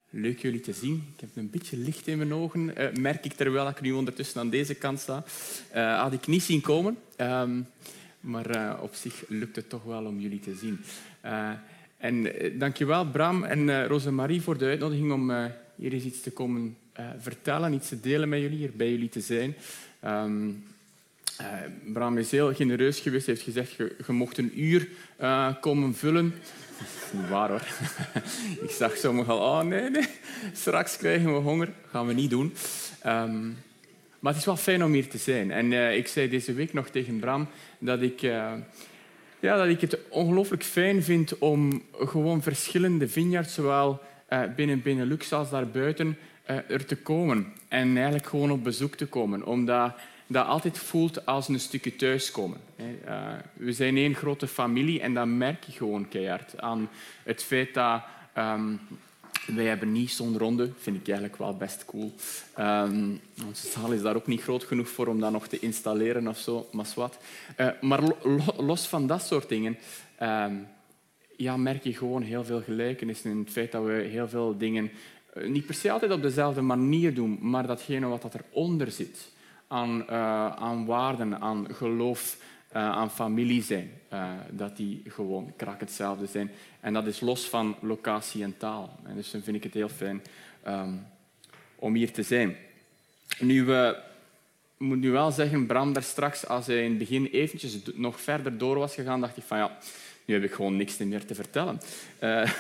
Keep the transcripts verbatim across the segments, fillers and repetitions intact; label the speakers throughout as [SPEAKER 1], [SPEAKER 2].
[SPEAKER 1] Leuk jullie te zien. Ik heb een beetje licht in mijn ogen, uh, merk ik terwijl ik nu ondertussen aan deze kant sta. Uh, had ik niet zien komen, um, maar uh, op zich lukt het toch wel om jullie te zien. Uh, en uh, dankjewel Bram en uh, Rosemarie voor de uitnodiging om uh, hier eens iets te komen uh, vertellen, iets te delen met jullie, hier bij jullie te zijn. Um, uh, Bram is heel genereus geweest, hij heeft gezegd je, je mocht een uur uh, komen vullen. Dat is niet waar, hoor. Ik zag sommigen al, oh nee, nee, straks krijgen we honger. Dat gaan we niet doen. Um, maar het is wel fijn om hier te zijn. En uh, ik zei deze week nog tegen Bram dat ik, uh, ja, dat ik het ongelooflijk fijn vind om gewoon verschillende vineyards, zowel uh, binnen Benelux als daarbuiten, uh, er te komen. En eigenlijk gewoon op bezoek te komen. Omdat dat altijd voelt als een stukje thuiskomen. Uh, we zijn één grote familie en dat merk je gewoon keihard aan het feit dat um, wij hebben niet zo'n ronde, vind ik eigenlijk wel best cool. Um, onze zaal is daar ook niet groot genoeg voor om dat nog te installeren of zo, maar wat. Uh, maar lo- los van dat soort dingen um, ja, merk je gewoon heel veel gelijkenissen in het feit dat we heel veel dingen uh, niet per se altijd op dezelfde manier doen, maar datgene wat dat eronder zit. Aan, uh, aan waarden, aan geloof, uh, aan familie zijn. Uh, dat die gewoon krak hetzelfde zijn. En dat is los van locatie en taal. En dus dan vind ik het heel fijn um, om hier te zijn. Nu, uh, ik moet nu wel zeggen, Bram daar straks, als hij in het begin eventjes nog verder door was gegaan, dacht ik van ja, nu heb ik gewoon niks meer te vertellen. Uh,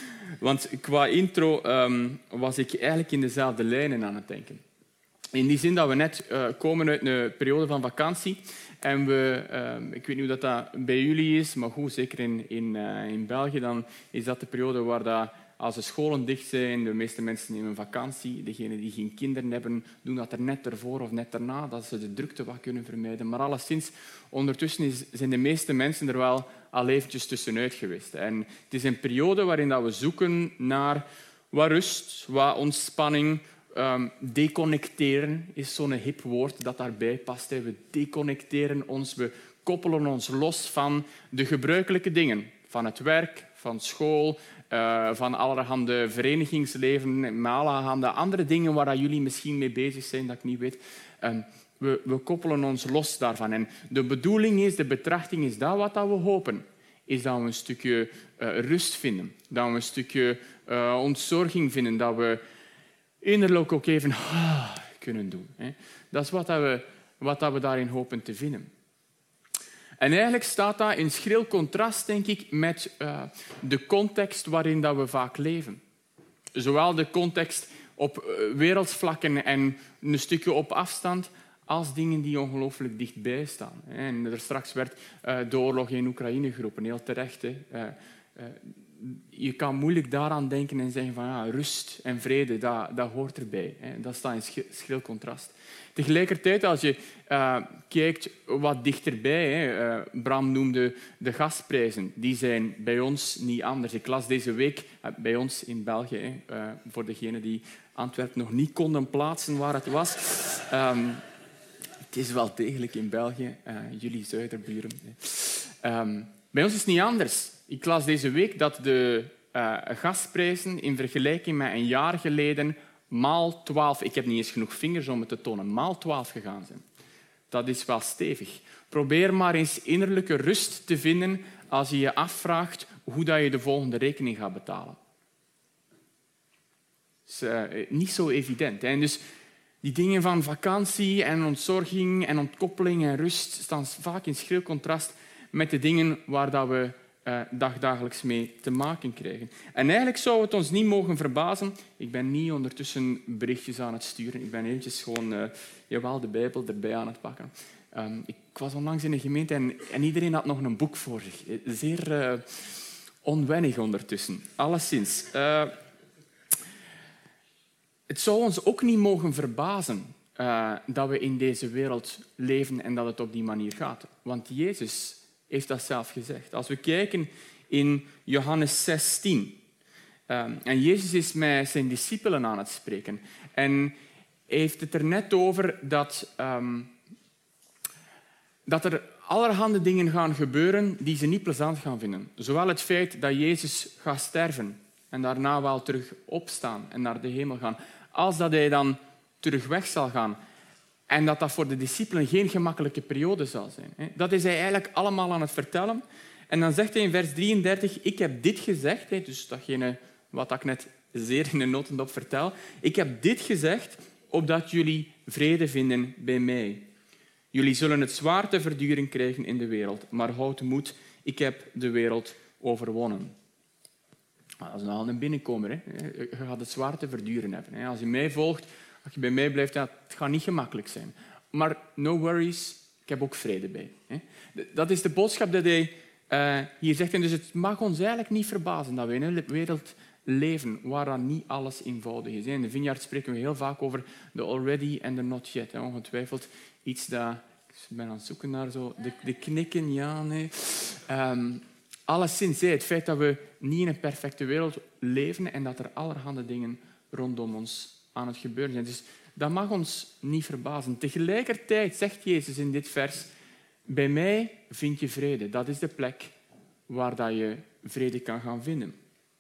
[SPEAKER 1] want qua intro um, was ik eigenlijk in dezelfde lijnen aan het denken. In die zin dat we net uh, komen uit een periode van vakantie. En we, uh, ik weet niet hoe dat bij jullie is, maar goed, zeker in, in, uh, in België, dan is dat de periode waar dat, als de scholen dicht zijn, de meeste mensen nemen vakantie. Degenen die geen kinderen hebben, doen dat er net ervoor of net daarna, dat ze de drukte wat kunnen vermijden. Maar alleszins, ondertussen is, zijn de meeste mensen er wel al eventjes tussenuit geweest. En het is een periode waarin dat we zoeken naar wat rust, wat ontspanning. Um, deconnecteren is zo'n hip woord dat daarbij past. We deconnecteren ons, we koppelen ons los van de gebruikelijke dingen. Van het werk, van school, uh, van allerhande verenigingsleven, met allerhande andere dingen waar jullie misschien mee bezig zijn, dat ik niet weet. Um, we, we koppelen ons los daarvan. En de bedoeling is, de betrachting is dat wat dat we hopen, is dat we een stukje uh, rust vinden. Dat we een stukje uh, ontzorging vinden, dat we innerlijk ook even ah, kunnen doen. Dat is wat we, wat we daarin hopen te vinden. En eigenlijk staat dat in schril contrast, denk ik, met uh, de context waarin dat we vaak leven. Zowel de context op uh, wereldsvlakken en een stukje op afstand, als dingen die ongelooflijk dichtbij staan. En er straks werd uh, de oorlog in Oekraïne geroepen, heel terecht. Hè. Uh, uh, Je kan moeilijk daaraan denken en zeggen van ja, rust en vrede, dat, dat hoort erbij. Hè. Dat staat in schril contrast. Tegelijkertijd, als je uh, kijkt wat dichterbij, hè, uh, Bram noemde de gasprijzen, die zijn bij ons niet anders. Ik las deze week uh, bij ons in België, hè, uh, voor degenen die Antwerpen nog niet konden plaatsen waar het was. Um, het is wel degelijk in België, uh, jullie zuiderburen. Um, bij ons is het niet anders. Ik las deze week dat de uh, gasprijzen in vergelijking met een jaar geleden maal twaalf, ik heb niet eens genoeg vingers om het te tonen, maal twaalf gegaan zijn. Dat is wel stevig. Probeer maar eens innerlijke rust te vinden als je je afvraagt hoe dat je de volgende rekening gaat betalen. Dat is uh, niet zo evident. Hè? En dus die dingen van vakantie en ontzorging en ontkoppeling en rust staan vaak in schril contrast met de dingen waar dat we Uh, dagdagelijks mee te maken krijgen. En eigenlijk zou het ons niet mogen verbazen. Ik ben niet ondertussen berichtjes aan het sturen. Ik ben eventjes gewoon uh, jawel, de Bijbel erbij aan het pakken. Um, ik was onlangs in een gemeente en, en iedereen had nog een boek voor zich. Zeer uh, onwennig ondertussen. Alleszins. Uh, het zou ons ook niet mogen verbazen uh, dat we in deze wereld leven en dat het op die manier gaat. Want Jezus heeft dat zelf gezegd. Als we kijken in Johannes zestien. Um, en Jezus is met zijn discipelen aan het spreken. En hij heeft het er net over dat, um, dat er allerhande dingen gaan gebeuren die ze niet plezant gaan vinden. Zowel het feit dat Jezus gaat sterven en daarna wel terug opstaan en naar de hemel gaan. Als dat hij dan terug weg zal gaan en dat dat voor de discipelen geen gemakkelijke periode zal zijn. Dat is hij eigenlijk allemaal aan het vertellen. En dan zegt hij in vers drieëndertig, ik heb dit gezegd, dus datgene wat ik net zeer in de notendop vertel, ik heb dit gezegd opdat jullie vrede vinden bij mij. Jullie zullen het zwaar te verduren krijgen in de wereld, maar houd moed, ik heb de wereld overwonnen. Dat is nogal een binnenkomer. Hè? Je gaat het zwaar te verduren hebben. Als je mij volgt, als je bij mij blijft, het gaat niet gemakkelijk zijn. Maar no worries, ik heb ook vrede bij. Dat is de boodschap dat hij uh, hier zegt. En dus het mag ons eigenlijk niet verbazen dat we in een wereld leven waar dan niet alles eenvoudig is. In de Vineyard spreken we heel vaak over de already en de not yet. Ongetwijfeld iets dat... Ik ben aan het zoeken naar zo... De, de knikken, ja, nee... Um, Alleszins, het feit dat we niet in een perfecte wereld leven en dat er allerhande dingen rondom ons aan het gebeuren zijn. Dus dat mag ons niet verbazen. Tegelijkertijd zegt Jezus in dit vers, bij mij vind je vrede. Dat is de plek waar dat je vrede kan gaan vinden.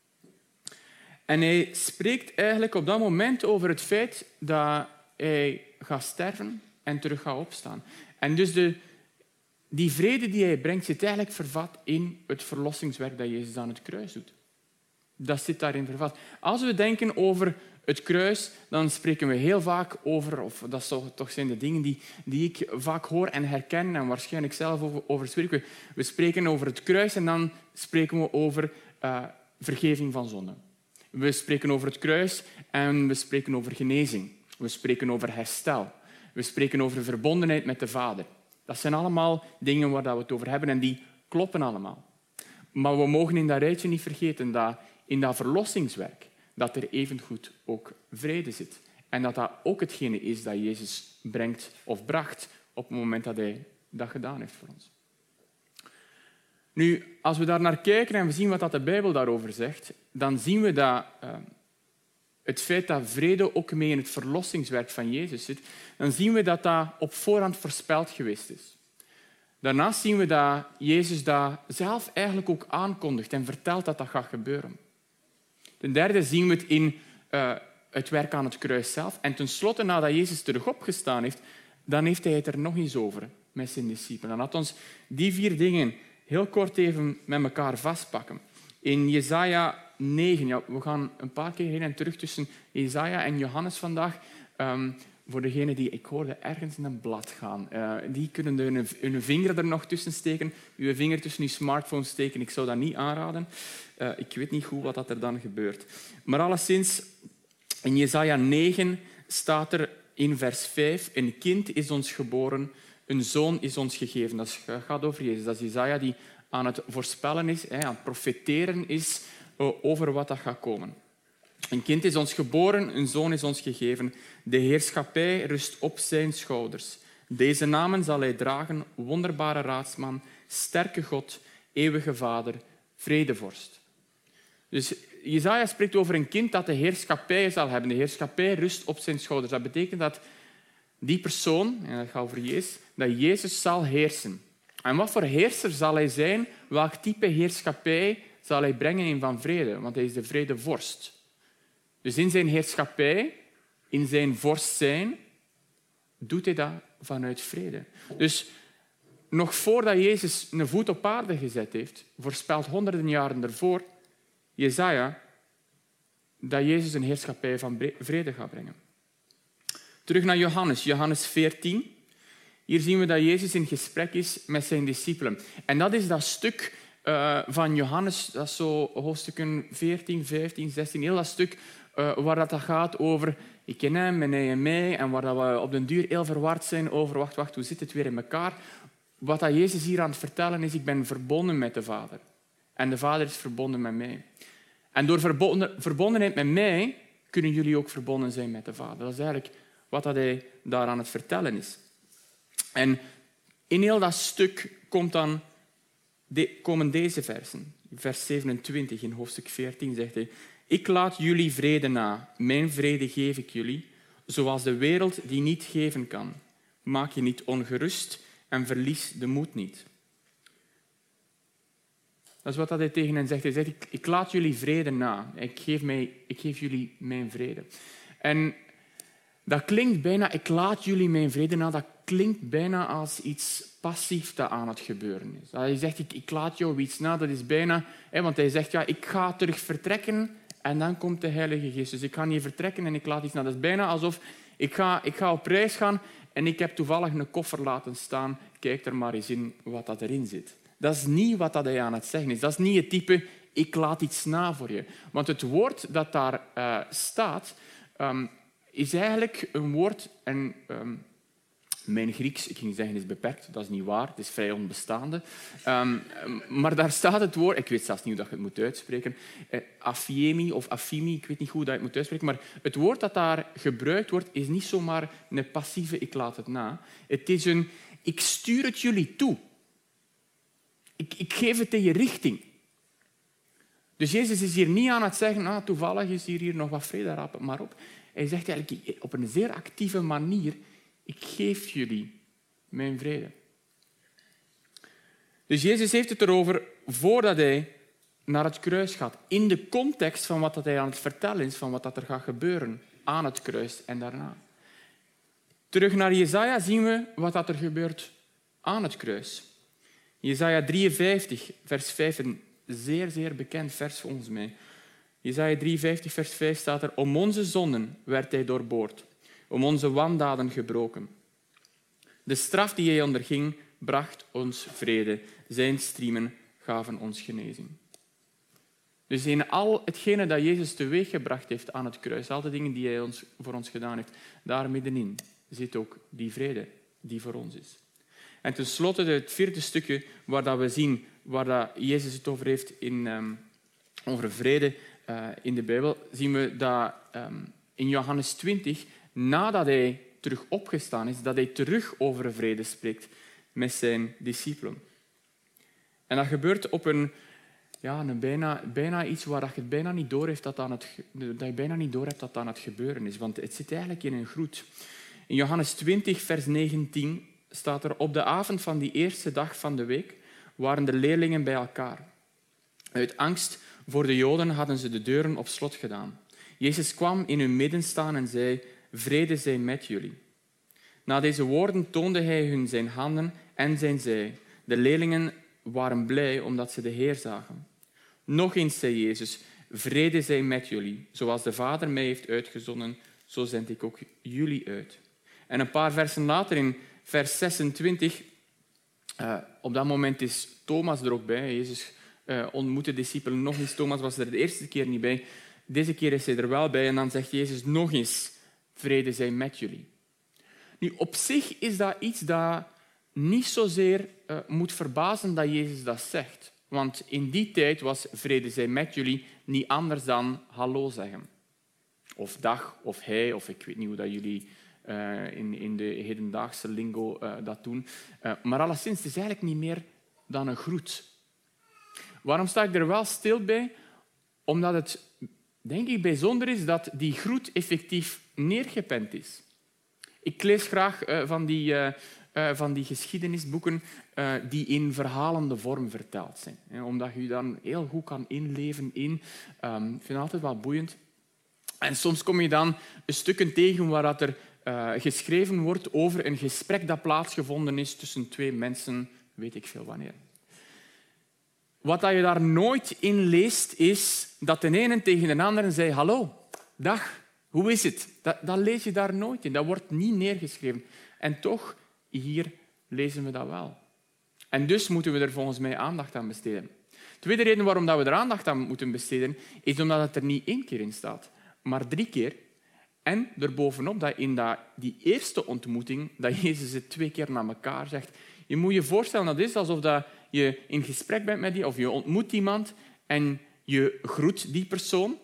[SPEAKER 1] En hij spreekt eigenlijk op dat moment over het feit dat hij gaat sterven en terug gaat opstaan. En dus de... Die vrede die hij brengt, zit eigenlijk vervat in het verlossingswerk dat Jezus aan het kruis doet. Dat zit daarin vervat. Als we denken over het kruis, dan spreken we heel vaak over, of dat zou toch zijn de dingen die, die ik vaak hoor en herken en waarschijnlijk zelf over, over spreken. We spreken over het kruis en dan spreken we over uh, vergeving van zonden. We spreken over het kruis en we spreken over genezing. We spreken over herstel. We spreken over verbondenheid met de Vader. Dat zijn allemaal dingen waar we het over hebben en die kloppen allemaal. Maar we mogen in dat rijtje niet vergeten dat in dat verlossingswerk dat er evengoed ook vrede zit. En dat dat ook hetgene is dat Jezus brengt of bracht op het moment dat hij dat gedaan heeft voor ons. Nu, als we daar naar kijken en we zien wat de Bijbel daarover zegt, dan zien we dat uh, het feit dat vrede ook mee in het verlossingswerk van Jezus zit, dan zien we dat dat op voorhand voorspeld geweest is. Daarnaast zien we dat Jezus dat zelf eigenlijk ook aankondigt en vertelt dat dat gaat gebeuren. Ten derde zien we het in uh, het werk aan het kruis zelf. En tenslotte, nadat Jezus terug opgestaan heeft, dan heeft hij het er nog eens over met zijn discipelen. Dan laat ons die vier dingen heel kort even met elkaar vastpakken. In Jesaja negen, ja, we gaan een paar keer heen en terug tussen Jesaja en Johannes vandaag. Um, voor degenen die, ik hoorde ergens in een blad gaan, uh, die kunnen hun, hun vinger er nog tussen steken, uw vinger tussen uw smartphone steken. Ik zou dat niet aanraden. Uh, ik weet niet goed wat er dan gebeurt. Maar alleszins, in Jesaja negen staat er in vers vijf, een kind is ons geboren, een zoon is ons gegeven. Dat gaat over Jezus. Dat is Jesaja die aan het voorspellen is, aan het profeteren is over wat dat gaat komen. Een kind is ons geboren, een zoon is ons gegeven. De heerschappij rust op zijn schouders. Deze namen zal hij dragen, wonderbare raadsman, sterke God, eeuwige Vader, vredevorst. Dus Jesaja spreekt over een kind dat de heerschappij zal hebben. De heerschappij rust op zijn schouders. Dat betekent dat die persoon, en dat gaat over Jezus, dat Jezus zal heersen. En wat voor heerser zal hij zijn? Welk type heerschappij zal hij brengen in van vrede? Want hij is de vredevorst. Dus in zijn heerschappij, in zijn vorst zijn, doet hij dat vanuit vrede. Dus nog voordat Jezus een voet op aarde gezet heeft, voorspelt honderden jaren ervoor Jesaja dat Jezus een heerschappij van vrede gaat brengen. Terug naar Johannes, Johannes veertien. Hier zien we dat Jezus in gesprek is met zijn discipelen. En dat is dat stuk uh, van Johannes, dat is zo hoofdstukken veertien, vijftien, zestien, heel dat stuk uh, waar dat gaat over ik ken hem en hij en mij, en waar dat we op den duur heel verward zijn over wacht, wacht, hoe zit het weer in elkaar? Wat dat Jezus hier aan het vertellen is, ik ben verbonden met de Vader. En de Vader is verbonden met mij. En door verbonden, verbondenheid met mij kunnen jullie ook verbonden zijn met de Vader. Dat is eigenlijk wat dat hij daar aan het vertellen is. En in heel dat stuk komt dan de, komen deze versen. Vers zevenentwintig in hoofdstuk veertien zegt hij: ik laat jullie vrede na, mijn vrede geef ik jullie, zoals de wereld die niet geven kan. Maak je niet ongerust en verlies de moed niet. Dat is wat hij tegen hen zegt. Hij zegt, ik, ik laat jullie vrede na. Ik geef, mij, ik geef jullie mijn vrede. En dat klinkt bijna, ik laat jullie mijn vrede na, dat klinkt bijna als iets passief dat aan het gebeuren is. Hij zegt, ik, ik laat jou iets na, dat is bijna... Hè, want hij zegt, ja, ik ga terug vertrekken en dan komt de Heilige Geest. Dus ik ga niet vertrekken en ik laat iets na. Dat is bijna alsof ik ga, ik ga op reis gaan en ik heb toevallig een koffer laten staan. Kijk er maar eens in wat dat erin zit. Dat is niet wat hij aan het zeggen is. Dat is niet het type, ik laat iets na voor je. Want het woord dat daar uh, staat, um, is eigenlijk een woord... En, um, mijn Grieks, ik ging zeggen, is beperkt. Dat is niet waar. Het is vrij onbestaande. Um, maar daar staat het woord... Ik weet zelfs niet hoe je het moet uitspreken. Uh, afiemi of afimi, ik weet niet hoe dat je het moet uitspreken. Maar het woord dat daar gebruikt wordt, is niet zomaar een passieve ik laat het na. Het is een ik stuur het jullie toe. Ik, ik geef het in je richting. Dus Jezus is hier niet aan het zeggen, ah, toevallig is hier, hier nog wat vrede, raap het maar op. Hij zegt eigenlijk op een zeer actieve manier, ik geef jullie mijn vrede. Dus Jezus heeft het erover voordat hij naar het kruis gaat. In de context van wat hij aan het vertellen is, van wat er gaat gebeuren aan het kruis en daarna. Terug naar Jesaja zien we wat er gebeurt aan het kruis. Jesaja drieënvijftig, vers vijf, een zeer, zeer bekend vers voor ons mee. Jesaja drieënvijftig, vers vijf staat er, om onze zonden werd hij doorboord, om onze wandaden gebroken. De straf die hij onderging, bracht ons vrede. Zijn striemen gaven ons genezing. Dus in al hetgene dat Jezus teweeggebracht heeft aan het kruis, al de dingen die hij ons, voor ons gedaan heeft, daar middenin zit ook die vrede die voor ons is. En tenslotte het vierde stukje waar dat we zien waar dat Jezus het over heeft in, um, over vrede uh, in de Bijbel, zien we dat um, in Johannes twintig, nadat hij terug opgestaan is, dat hij terug over vrede spreekt met zijn discipelen. En dat gebeurt op een, ja, een bijna, bijna iets waar je het bijna niet door hebt dat, aan het, dat je bijna niet door hebt dat aan het gebeuren is. Want het zit eigenlijk in een groet. In Johannes twintig, vers negentien staat er, op de avond van die eerste dag van de week waren de leerlingen bij elkaar. Uit angst voor de Joden hadden ze de deuren op slot gedaan. Jezus kwam in hun midden staan en zei, vrede zij met jullie. Na deze woorden toonde hij hun zijn handen en zijn zij. De leerlingen waren blij omdat ze de Heer zagen. Nog eens zei Jezus, vrede zij met jullie. Zoals de Vader mij heeft uitgezonden, zo zend ik ook jullie uit. En een paar versen later, in vers zesentwintig, uh, op dat moment is Thomas er ook bij. Jezus uh, ontmoette de discipelen nog eens. Thomas was er de eerste keer niet bij. Deze keer is hij er wel bij en dan zegt Jezus nog eens, vrede zij met jullie. Nu, op zich is dat iets dat niet zozeer uh, moet verbazen dat Jezus dat zegt. Want in die tijd was vrede zij met jullie niet anders dan hallo zeggen. Of dag, of hij, of ik weet niet hoe dat jullie uh, in, in de hedendaagse lingo uh, dat doen. Uh, maar alleszins, het is eigenlijk niet meer dan een groet. Waarom sta ik er wel stil bij? Omdat het, denk ik, bijzonder is dat die groet effectief neergepend is. Ik lees graag uh, van, die, uh, uh, van die geschiedenisboeken uh, die in verhalende vorm verteld zijn. Hè, omdat je je dan heel goed kan inleven in. Um, ik vind het altijd wel boeiend. En soms kom je dan een stukken tegen waar dat er uh, geschreven wordt over een gesprek dat plaatsgevonden is tussen twee mensen, weet ik veel wanneer. Wat je daar nooit in leest, is dat de ene tegen de andere zei, hallo, dag. Hoe is het? Dat, dat lees je daar nooit in. Dat wordt niet neergeschreven. En toch, hier lezen we dat wel. En dus moeten we er volgens mij aandacht aan besteden. De tweede reden waarom we er aandacht aan moeten besteden, is omdat het er niet één keer in staat, maar drie keer. En erbovenop dat in dat, die eerste ontmoeting, dat Jezus het twee keer naar elkaar zegt. Je moet je voorstellen, dat is alsof dat je in gesprek bent met die, of je ontmoet iemand en je groet die persoon.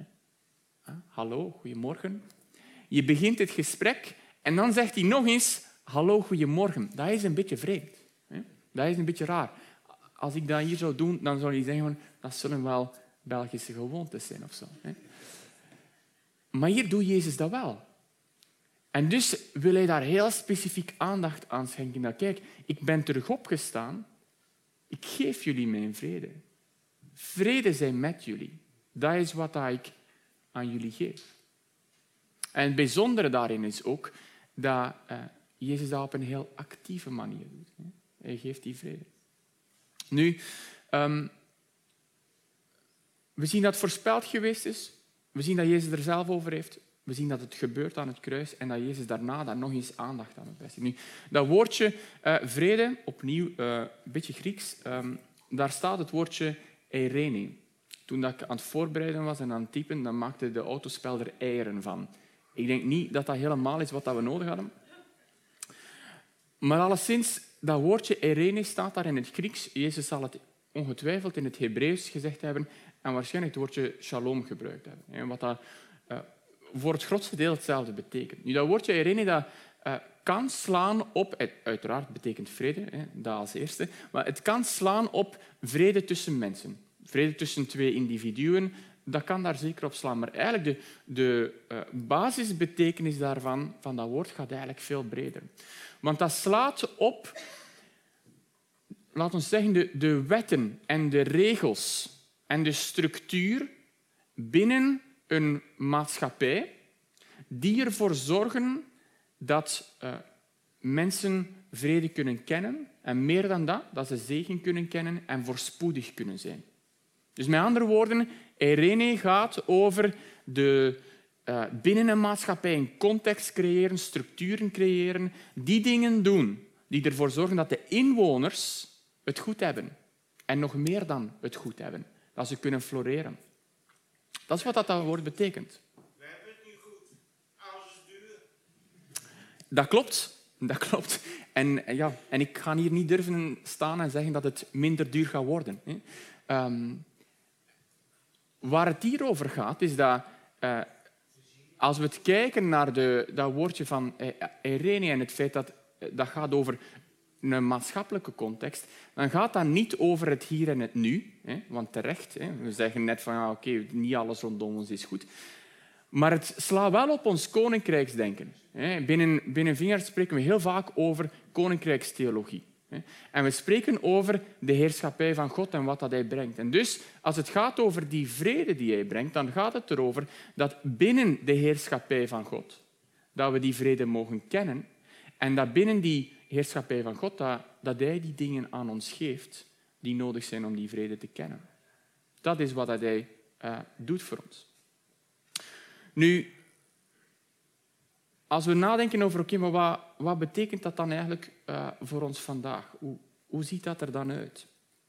[SPEAKER 1] Hallo, goedemorgen. Je begint het gesprek en dan zegt hij nog eens hallo, goedemorgen. Dat is een beetje vreemd. Dat is een beetje raar. Als ik dat hier zou doen, dan zou je zeggen dat zullen wel Belgische gewoontes zijn of zo. Maar hier doet Jezus dat wel. En dus wil hij daar heel specifiek aandacht aan schenken. Dat, kijk, ik ben terug opgestaan. Ik geef jullie mijn vrede. vrede zij met jullie. Dat is wat ik aan jullie geef. En het bijzondere daarin is ook dat uh, Jezus dat op een heel actieve manier doet. Hè. Hij geeft die vrede. Nu, um, we zien dat het voorspeld geweest is. We zien dat Jezus er zelf over heeft. We zien dat het gebeurt aan het kruis en dat Jezus daarna daar nog eens aandacht aan vestigt. Nu, dat woordje uh, vrede, opnieuw uh, een beetje Grieks, um, daar staat het woordje eirene. Toen dat ik aan het voorbereiden was en aan het typen, dan maakte de autospel er eieren van. Ik denk niet dat dat helemaal is wat we nodig hadden. Maar alleszins, dat woordje eirene staat daar in het Grieks. Jezus zal het ongetwijfeld in het Hebreeuws gezegd hebben en waarschijnlijk het woordje shalom gebruikt hebben. Wat dat uh, voor het grootste deel hetzelfde betekent. Nu, dat woordje eirene dat, uh, kan slaan op... Uiteraard betekent vrede, hè, dat als eerste. Maar het kan slaan op vrede tussen mensen. Vrede tussen twee individuen, dat kan daar zeker op slaan. Maar eigenlijk de, de uh, basisbetekenis daarvan, van dat woord, gaat eigenlijk veel breder. Want dat slaat op, laten we zeggen, de, de wetten en de regels en de structuur binnen een maatschappij die ervoor zorgen dat uh, mensen vrede kunnen kennen en meer dan dat, dat ze zegen kunnen kennen en voorspoedig kunnen zijn. Dus met andere woorden, eirene gaat over de, uh, binnen een maatschappij een context creëren, structuren creëren, die dingen doen die ervoor zorgen dat de inwoners het goed hebben. En nog meer dan het goed hebben. Dat ze kunnen floreren. Dat is wat dat, dat woord betekent.
[SPEAKER 2] We hebben het niet goed. Alles is duur.
[SPEAKER 1] Dat klopt. Dat klopt. En, ja, en ik ga hier niet durven staan en zeggen dat het minder duur gaat worden. Hè. Um, waar het hier over gaat, is dat uh, als we het kijken naar de, dat woordje van eirene en het feit dat dat gaat over een maatschappelijke context, dan gaat dat niet over het hier en het nu. Hè, want terecht, hè, we zeggen net van ja, oké, niet alles rondom ons is goed. Maar het slaat wel op ons koninkrijksdenken. Binnen, binnen Vineyard spreken we heel vaak over koninkrijkstheologie. En we spreken over de heerschappij van God en wat dat hij brengt. En dus, als het gaat over die vrede die hij brengt, dan gaat het erover dat binnen de heerschappij van God, dat we die vrede mogen kennen en dat binnen die heerschappij van God, dat, dat hij die dingen aan ons geeft die nodig zijn om die vrede te kennen. Dat is wat hij uh, doet voor ons. Nu, als we nadenken over, oké, maar wat, wat betekent dat dan eigenlijk uh, voor ons vandaag? Hoe, hoe ziet dat er dan uit?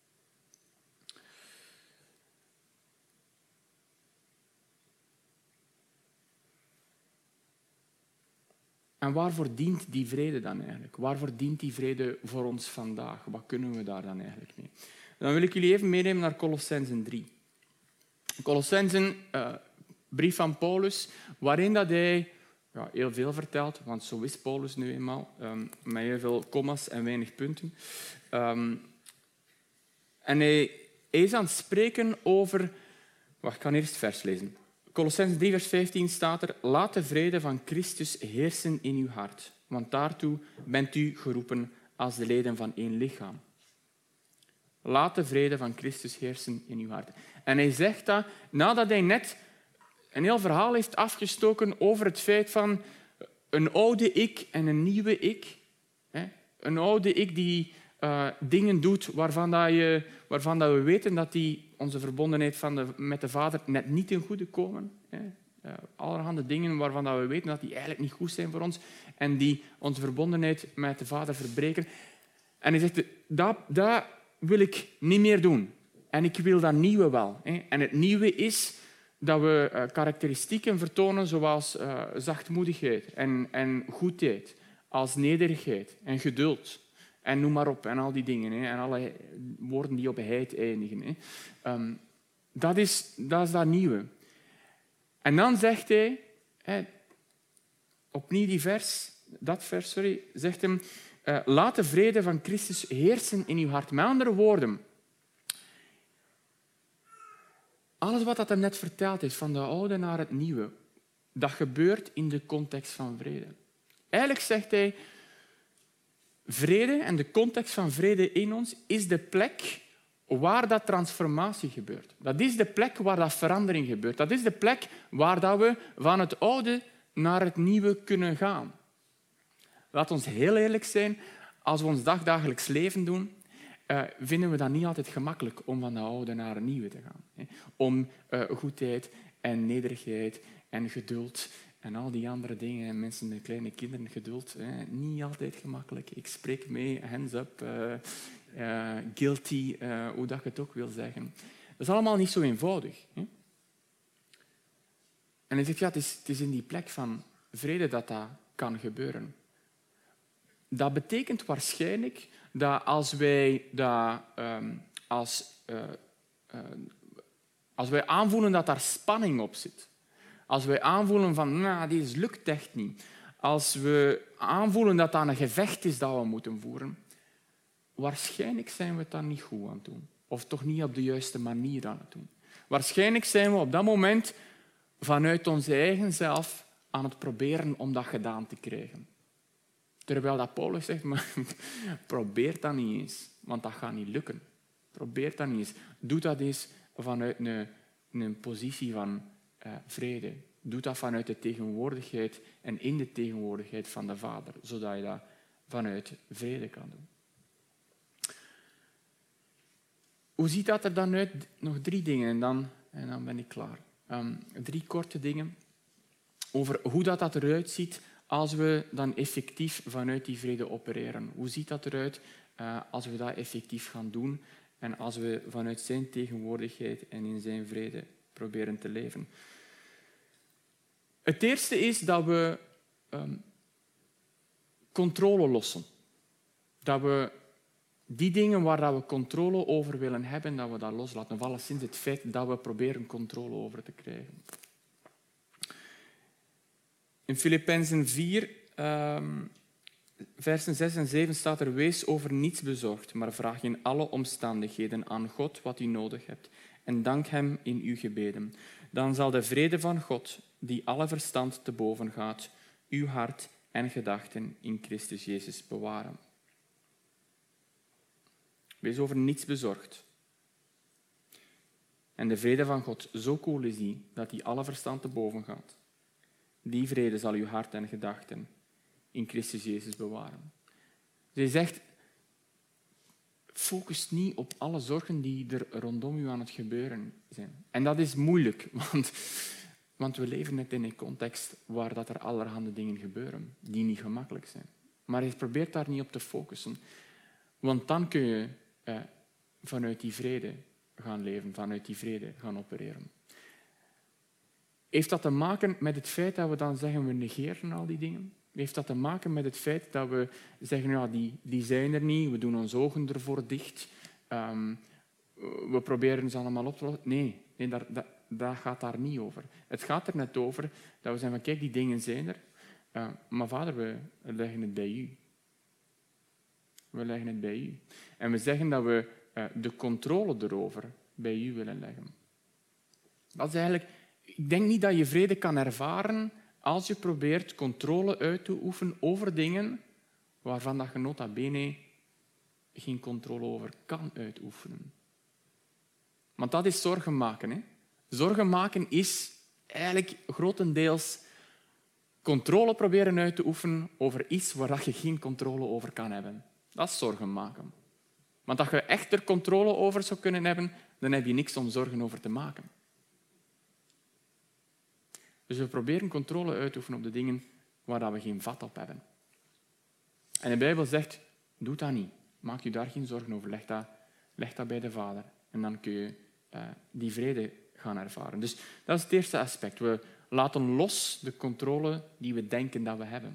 [SPEAKER 1] En waarvoor dient die vrede dan eigenlijk? Waarvoor dient die vrede voor ons vandaag? Wat kunnen we daar dan eigenlijk mee? Dan wil ik jullie even meenemen naar Colossenzen drie. Colossenzen, uh, brief van Paulus, waarin dat hij ja, heel veel vertelt, want zo is Paulus nu eenmaal, um, met heel veel komma's en weinig punten. Um, en hij, hij is aan het spreken over... Wacht, ik ga eerst het vers lezen. Colossenzen drie, vers vijftien staat er: laat de vrede van Christus heersen in uw hart, want daartoe bent u geroepen als de leden van één lichaam. Laat de vrede van Christus heersen in uw hart. En hij zegt dat nadat hij net een heel verhaal heeft afgestoken over het feit van een oude ik en een nieuwe ik. Een oude ik die uh, dingen doet waarvan, dat je, waarvan dat we weten dat die onze verbondenheid van de, met de Vader net niet ten goede komen. Uh, allerhande dingen waarvan dat we weten dat die eigenlijk niet goed zijn voor ons en die onze verbondenheid met de Vader verbreken. En hij zegt, dat, dat wil ik niet meer doen. En ik wil dat nieuwe wel. En het nieuwe is dat we uh, karakteristieken vertonen zoals uh, zachtmoedigheid en, en goedheid, als nederigheid en geduld. En noem maar op, en al die dingen. Hè, en alle woorden die op heid eindigen. Hè. Um, dat, is, dat is dat nieuwe. En dan zegt hij, hè, opnieuw die vers, dat vers, sorry, zegt hem, uh, laat de vrede van Christus heersen in uw hart. Met andere woorden, alles wat dat hem net verteld is, van de oude naar het nieuwe, dat gebeurt in de context van vrede. Eigenlijk zegt hij, vrede en de context van vrede in ons is de plek waar dat transformatie gebeurt. Dat is de plek waar dat verandering gebeurt. Dat is de plek waar dat we van het oude naar het nieuwe kunnen gaan. Laat ons heel eerlijk zijn. Als we ons dagdagelijks leven doen, uh, vinden we dat niet altijd gemakkelijk om van het oude naar het nieuwe te gaan. Hè. Om uh, goedheid en nederigheid en geduld en al die andere dingen. En mensen met kleine kinderen, geduld, hè. Niet altijd gemakkelijk. Ik spreek mee, hands up, uh, uh, guilty, uh, hoe dat je het ook wil zeggen. Dat is allemaal niet zo eenvoudig. Hè. En hij zegt, ja, het is, het is in die plek van vrede dat dat kan gebeuren. Dat betekent waarschijnlijk dat als wij, dat, um, als, uh, uh, als wij aanvoelen dat daar spanning op zit, als wij aanvoelen van, nou, dit lukt echt niet, als we aanvoelen dat dat een gevecht is dat we moeten voeren, waarschijnlijk zijn we het dan niet goed aan het doen. Of toch niet op de juiste manier aan het doen. Waarschijnlijk zijn we op dat moment vanuit onze eigen zelf aan het proberen om dat gedaan te krijgen. Terwijl dat Paulus zegt, maar probeer dat niet eens, want dat gaat niet lukken. Probeer dat niet eens. Doe dat eens vanuit een, een positie van uh, vrede. Doe dat vanuit de tegenwoordigheid en in de tegenwoordigheid van de Vader, zodat je dat vanuit vrede kan doen. Hoe ziet dat er dan uit? Nog drie dingen en dan, en dan ben ik klaar. Um, drie korte dingen over hoe dat, dat eruit ziet als we dan effectief vanuit die vrede opereren. Hoe ziet dat eruit uh, als we dat effectief gaan doen en als we vanuit zijn tegenwoordigheid en in zijn vrede proberen te leven? Het eerste is dat we um, controle lossen. Dat we die dingen waar we controle over willen hebben, dat we dat loslaten. Of alleszins het feit dat we proberen controle over te krijgen. In Filippenzen vier, um, versen zes en zeven staat er: wees over niets bezorgd, maar vraag in alle omstandigheden aan God wat u nodig hebt en dank hem in uw gebeden. Dan zal de vrede van God, die alle verstand te boven gaat, uw hart en gedachten in Christus Jezus bewaren. Wees over niets bezorgd. En de vrede van God, zo cool is die, dat die alle verstand te boven gaat. Die vrede zal uw hart en gedachten in Christus Jezus bewaren. Zij zegt, focus niet op alle zorgen die er rondom u aan het gebeuren zijn. En dat is moeilijk, want, want we leven net in een context waar dat er allerhande dingen gebeuren die niet gemakkelijk zijn. Maar je probeert daar niet op te focussen, want dan kun je eh, vanuit die vrede gaan leven, vanuit die vrede gaan opereren. Heeft dat te maken met het feit dat we dan zeggen we negeren al die dingen? Heeft dat te maken met het feit dat we zeggen ja, die, die zijn er niet, we doen onze ogen ervoor dicht, um, we proberen ze allemaal op te lossen? Nee, nee daar, dat, dat gaat daar niet over. Het gaat er net over dat we zeggen van kijk, die dingen zijn er, uh, maar vader, we leggen het bij u. We leggen het bij u. En we zeggen dat we uh, de controle erover bij u willen leggen. Dat is eigenlijk... Ik denk niet dat je vrede kan ervaren als je probeert controle uit te oefenen over dingen waarvan dat je nota bene geen controle over kan uitoefenen. Want dat is zorgen maken. Hè? Zorgen maken is eigenlijk grotendeels controle proberen uit te oefenen over iets waar je geen controle over kan hebben. Dat is zorgen maken. Want als je echt er controle over zou kunnen hebben, dan heb je niks om zorgen over te maken. Dus we proberen controle uit te oefenen op de dingen waar we geen vat op hebben. En de Bijbel zegt, doe dat niet. Maak je daar geen zorgen over. Leg dat, leg dat bij de Vader. En dan kun je uh, die vrede gaan ervaren. Dus dat is het eerste aspect. We laten los de controle die we denken dat we hebben.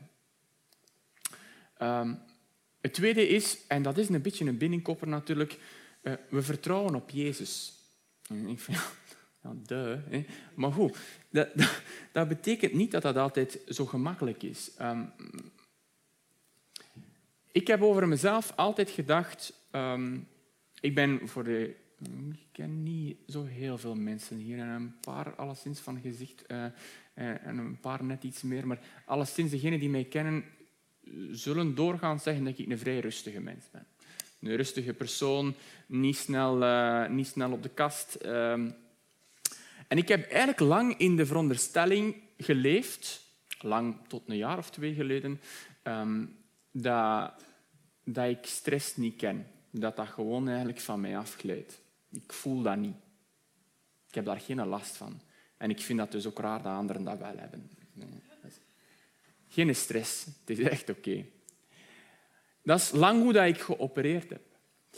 [SPEAKER 1] Um, het tweede is, en dat is een beetje een binnenkopper natuurlijk, uh, we vertrouwen op Jezus. En ik vind, ja, duh, hè. Maar goed, dat, dat, dat betekent niet dat dat altijd zo gemakkelijk is. Um, ik heb over mezelf altijd gedacht... Um, ik ben voor de... Ik ken niet zo heel veel mensen hier. En een paar alleszins van gezicht. Uh, en een paar net iets meer. Maar alleszins, degenen die mij kennen, zullen doorgaans zeggen dat ik een vrij rustige mens ben. Een rustige persoon, niet snel, uh, niet snel op de kast. Uh, en ik heb eigenlijk lang in de veronderstelling geleefd, lang tot een jaar of twee geleden, um, dat, dat ik stress niet ken. Dat dat gewoon eigenlijk van mij afglijdt. Ik voel dat niet. Ik heb daar geen last van. En ik vind dat dus ook raar dat anderen dat wel hebben. Geen stress. Het is echt oké. Okay. Dat is lang hoe dat ik geopereerd heb.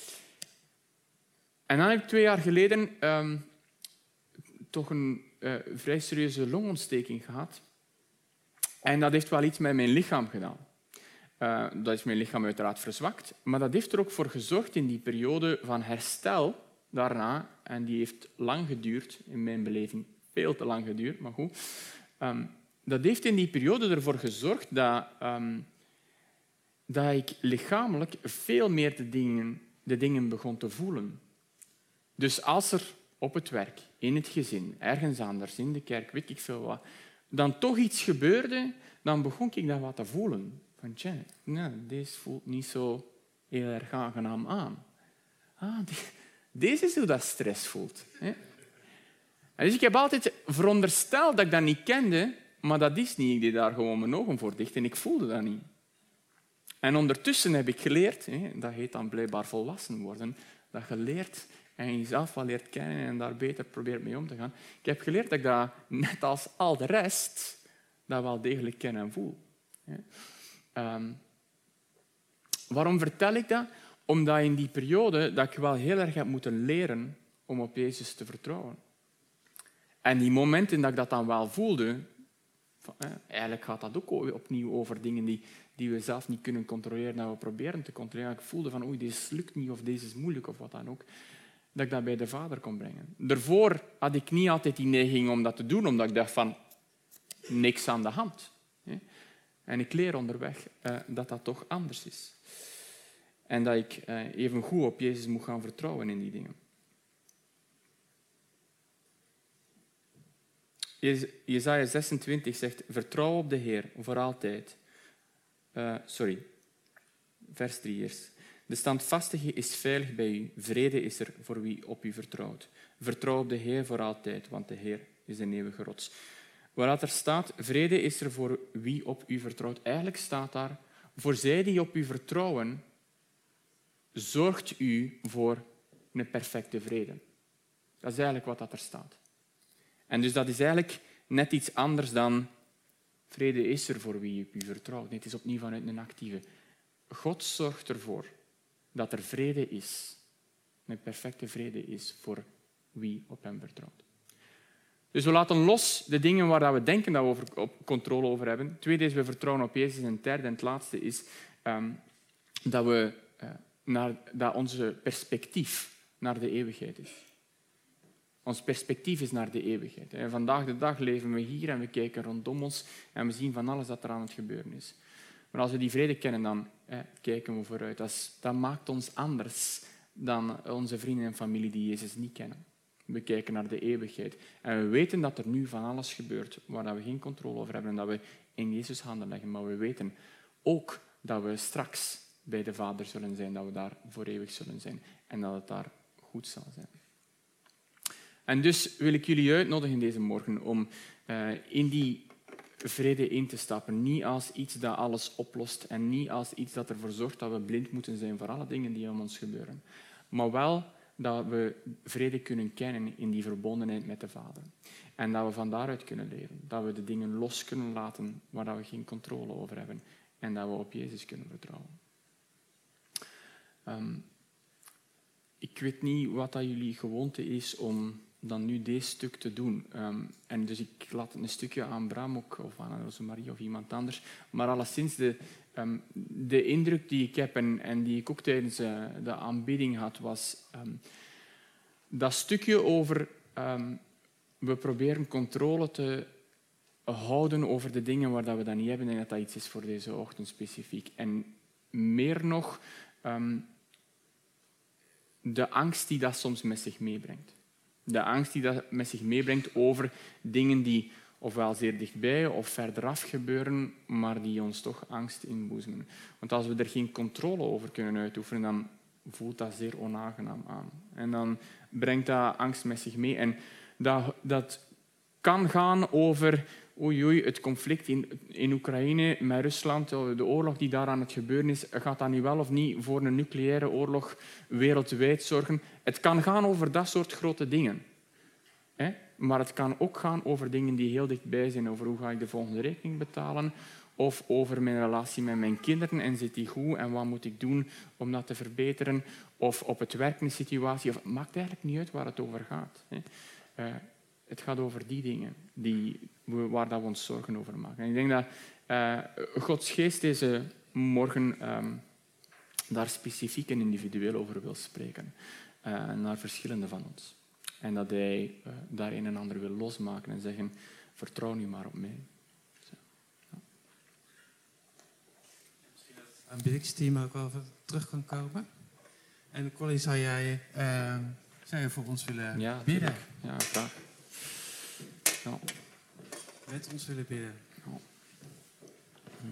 [SPEAKER 1] En dan heb ik twee jaar geleden um, toch een uh, vrij serieuze longontsteking gehad. En dat heeft wel iets met mijn lichaam gedaan. Uh, dat is mijn lichaam uiteraard verzwakt. Maar dat heeft er ook voor gezorgd in die periode van herstel daarna. En die heeft lang geduurd, in mijn beleving. Veel te lang geduurd, maar goed. Um, dat heeft in die periode ervoor gezorgd dat, um, dat ik lichamelijk veel meer de dingen, de dingen begon te voelen. Dus als er op het werk, in het gezin, ergens anders, in de kerk, weet ik veel wat, dan toch iets gebeurde, dan begon ik dat wat te voelen. Van, tja, nou, deze voelt niet zo heel erg aangenaam aan. Ah, die, deze is hoe dat stress voelt. Hè? En dus ik heb altijd verondersteld dat ik dat niet kende, maar dat is niet. Ik deed daar gewoon mijn ogen voor dicht en ik voelde dat niet. En ondertussen heb ik geleerd, hè, dat heet dan blijkbaar volwassen worden, dat je leert en jezelf wel leert kennen en daar beter probeert mee om te gaan. Ik heb geleerd dat ik dat, net als al de rest, dat wel degelijk ken en voel. Um, waarom vertel ik dat? Omdat in die periode dat ik wel heel erg heb moeten leren om op Jezus te vertrouwen. En die momenten dat ik dat dan wel voelde, van, eh, eigenlijk gaat dat ook opnieuw over dingen die, die we zelf niet kunnen controleren, dat we proberen te controleren. Ik voelde van, oei, deze lukt niet of deze is moeilijk of wat dan ook. Dat ik dat bij de Vader kon brengen. Daarvoor had ik niet altijd die neiging om dat te doen, omdat ik dacht van, niks aan de hand. En ik leer onderweg uh, dat dat toch anders is. En dat ik uh, even goed op Jezus moet gaan vertrouwen in die dingen. Jesaja zesentwintig zegt, vertrouw op de Heer voor altijd. Uh, sorry, vers drie eerst. De standvastige is veilig bij u. Vrede is er voor wie op u vertrouwt. Vertrouw op de Heer voor altijd, want de Heer is een eeuwige rots. Waar er staat, vrede is er voor wie op u vertrouwt. Eigenlijk staat daar, voor zij die op u vertrouwen, zorgt u voor een perfecte vrede. Dat is eigenlijk wat dat er staat. En dus dat is eigenlijk net iets anders dan vrede is er voor wie op u vertrouwt. Nee, het is opnieuw vanuit een actieve. God zorgt ervoor dat er vrede is. Een perfecte vrede is voor wie op hem vertrouwt. Dus we laten los de dingen waar we denken dat we over, controle over hebben. Het tweede is, we vertrouwen op Jezus. En het derde en het laatste is um, dat, we, uh, naar, dat onze perspectief naar de eeuwigheid is. Ons perspectief is naar de eeuwigheid. En vandaag de dag leven we hier en we kijken rondom ons en we zien van alles dat er aan het gebeuren is. Maar als we die vrede kennen, dan eh, kijken we vooruit. Dat, is, dat maakt ons anders dan onze vrienden en familie die Jezus niet kennen. We kijken naar de eeuwigheid. En we weten dat er nu van alles gebeurt waar we geen controle over hebben en dat we in Jezus handen leggen. Maar we weten ook dat we straks bij de Vader zullen zijn, dat we daar voor eeuwig zullen zijn en dat het daar goed zal zijn. En dus wil ik jullie uitnodigen deze morgen om uh, in die vrede in te stappen. Niet als iets dat alles oplost en niet als iets dat ervoor zorgt dat we blind moeten zijn voor alle dingen die om ons gebeuren. Maar wel dat we vrede kunnen kennen in die verbondenheid met de Vader. En dat we van daaruit kunnen leven. Dat we de dingen los kunnen laten waar we geen controle over hebben. En dat we op Jezus kunnen vertrouwen. Um, ik weet niet wat dat jullie gewoonte is om dan nu deze stuk te doen. Um, en dus ik laat het een stukje aan Bram ook, of aan Rosemarie of iemand anders. Maar alleszins de, um, de indruk die ik heb en, en die ik ook tijdens uh, de aanbidding had, was um, dat stukje over um, we proberen controle te houden over de dingen waar dat we dat niet hebben en dat dat iets is voor deze ochtend specifiek. En meer nog um, de angst die dat soms met zich meebrengt. De angst die dat met zich meebrengt over dingen die ofwel zeer dichtbij of verderaf gebeuren, maar die ons toch angst inboezemen. Want als we er geen controle over kunnen uitoefenen, dan voelt dat zeer onaangenaam aan. En dan brengt dat angst met zich mee. En dat, dat kan gaan over oei, oei, het conflict in, in Oekraïne met Rusland, de oorlog die daar aan het gebeuren is. Gaat dat nu wel of niet voor een nucleaire oorlog wereldwijd zorgen? Het kan gaan over dat soort grote dingen. Hè? Maar het kan ook gaan over dingen die heel dichtbij zijn. Over hoe ga ik de volgende rekening betalen? Of over mijn relatie met mijn kinderen. En zit die goed? En wat moet ik doen om dat te verbeteren? Of op het werk een situatie. Of, het maakt eigenlijk niet uit waar het over gaat. Hè? Uh, het gaat over die dingen die, waar dat we ons zorgen over maken. En ik denk dat uh, Gods geest deze morgen um, daar specifiek en individueel over wil spreken. Uh, naar verschillende van ons. En dat hij uh, daar een en ander wil losmaken en zeggen, vertrouw nu maar op mij. Zo. Ja.
[SPEAKER 3] Misschien dat het aanbiddingsteam ook wel terug kan komen. En Colin, zou jij, uh, zou je voor ons willen
[SPEAKER 1] ja,
[SPEAKER 3] bidden?
[SPEAKER 1] Ja, graag. Ja.
[SPEAKER 3] Met ons willen bidden.
[SPEAKER 1] Ja. Hm.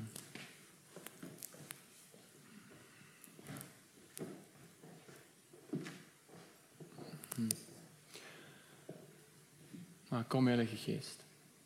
[SPEAKER 1] Hm. Maar kom, Heilige Geest.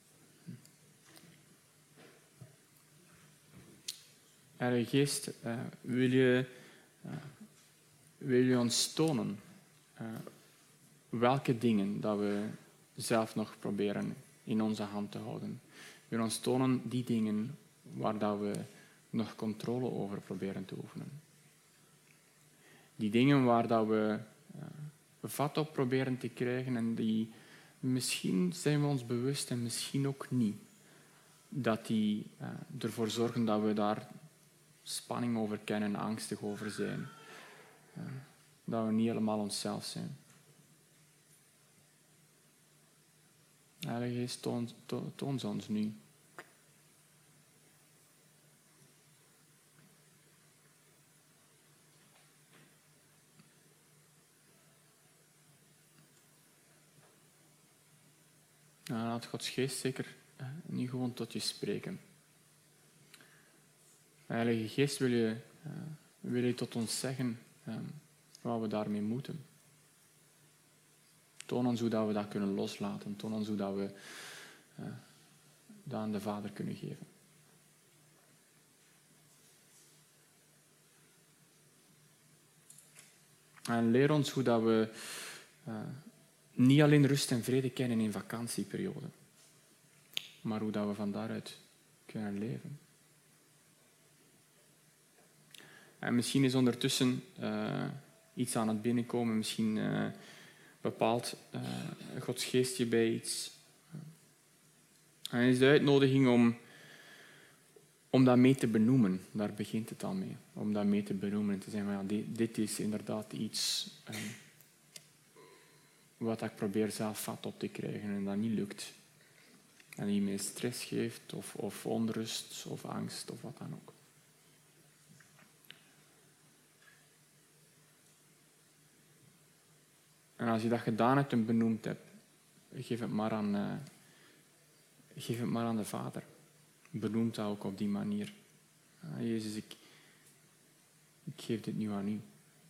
[SPEAKER 1] Heilige Geest, uh, wil, je, uh, wil je ons tonen uh, welke dingen dat we zelf nog proberen in onze hand te houden. Wil je ons tonen die dingen waar dat we nog controle over proberen te oefenen. Die dingen waar dat we uh, vat op proberen te krijgen en die misschien zijn we ons bewust en misschien ook niet. Dat die uh, ervoor zorgen dat we daar spanning over kennen en angstig over zijn. Uh, dat we niet helemaal onszelf zijn. Heilige Geest, toon, to, toon ze ons nu. Nou, laat Gods Geest zeker uh, niet gewoon tot je spreken. Heilige Geest, wil je, uh, wil je tot ons zeggen uh, wat we daarmee moeten. Toon ons hoe dat we dat kunnen loslaten. Toon ons hoe dat we uh, dat aan de Vader kunnen geven. En leer ons hoe dat we uh, niet alleen rust en vrede kennen in vakantieperiode, maar hoe dat we van daaruit kunnen leven. En misschien is ondertussen uh, iets aan het binnenkomen, misschien uh, bepaalt uh, Gods geest je bij iets. En is de uitnodiging om, om dat mee te benoemen. Daar begint het al mee. Om dat mee te benoemen en te zeggen, ja, dit, dit is inderdaad iets uh, wat ik probeer zelf vat op te krijgen en dat niet lukt. En die mij stress geeft, of, of onrust, of angst, of wat dan ook. En als je dat gedaan hebt en benoemd hebt, geef het maar aan, uh, geef het maar aan de Vader. Benoem dat ook op die manier. Uh, Jezus, ik, ik geef dit nu aan u.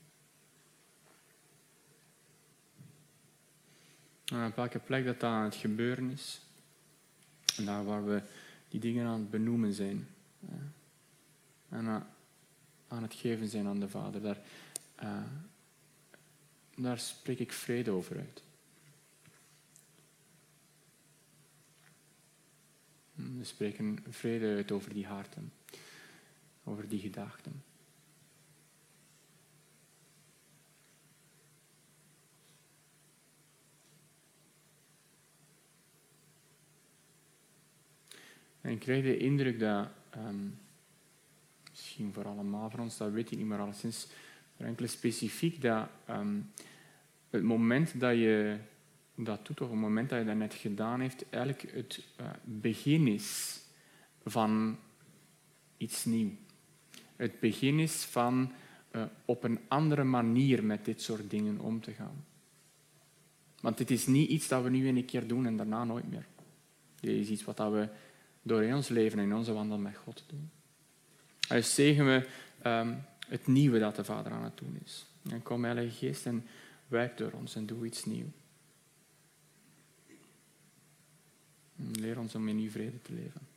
[SPEAKER 1] En op welke plek dat, dat aan het gebeuren is, en daar waar we die dingen aan het benoemen zijn, uh, en uh, aan het geven zijn aan de Vader, daar... Uh, Daar spreek ik vrede over uit. We spreken vrede uit over die harten, over die gedachten. En ik krijg de indruk dat, um, misschien voor allemaal van ons, dat weet ik niet meer alleszins, voor enkele specifiek, dat um, het moment dat je dat doet, of het moment dat je dat net gedaan heeft, eigenlijk het uh, begin is van iets nieuws. Het begin is van uh, op een andere manier met dit soort dingen om te gaan. Want dit is niet iets dat we nu een keer doen en daarna nooit meer. Dit is iets wat we door in ons leven en in onze wandel met God doen. Dus zeggen we... Um, het nieuwe dat de Vader aan het doen is. En kom, Heilige Geest, en werk door ons en doe iets nieuws. Leer ons om in uw vrede te leven.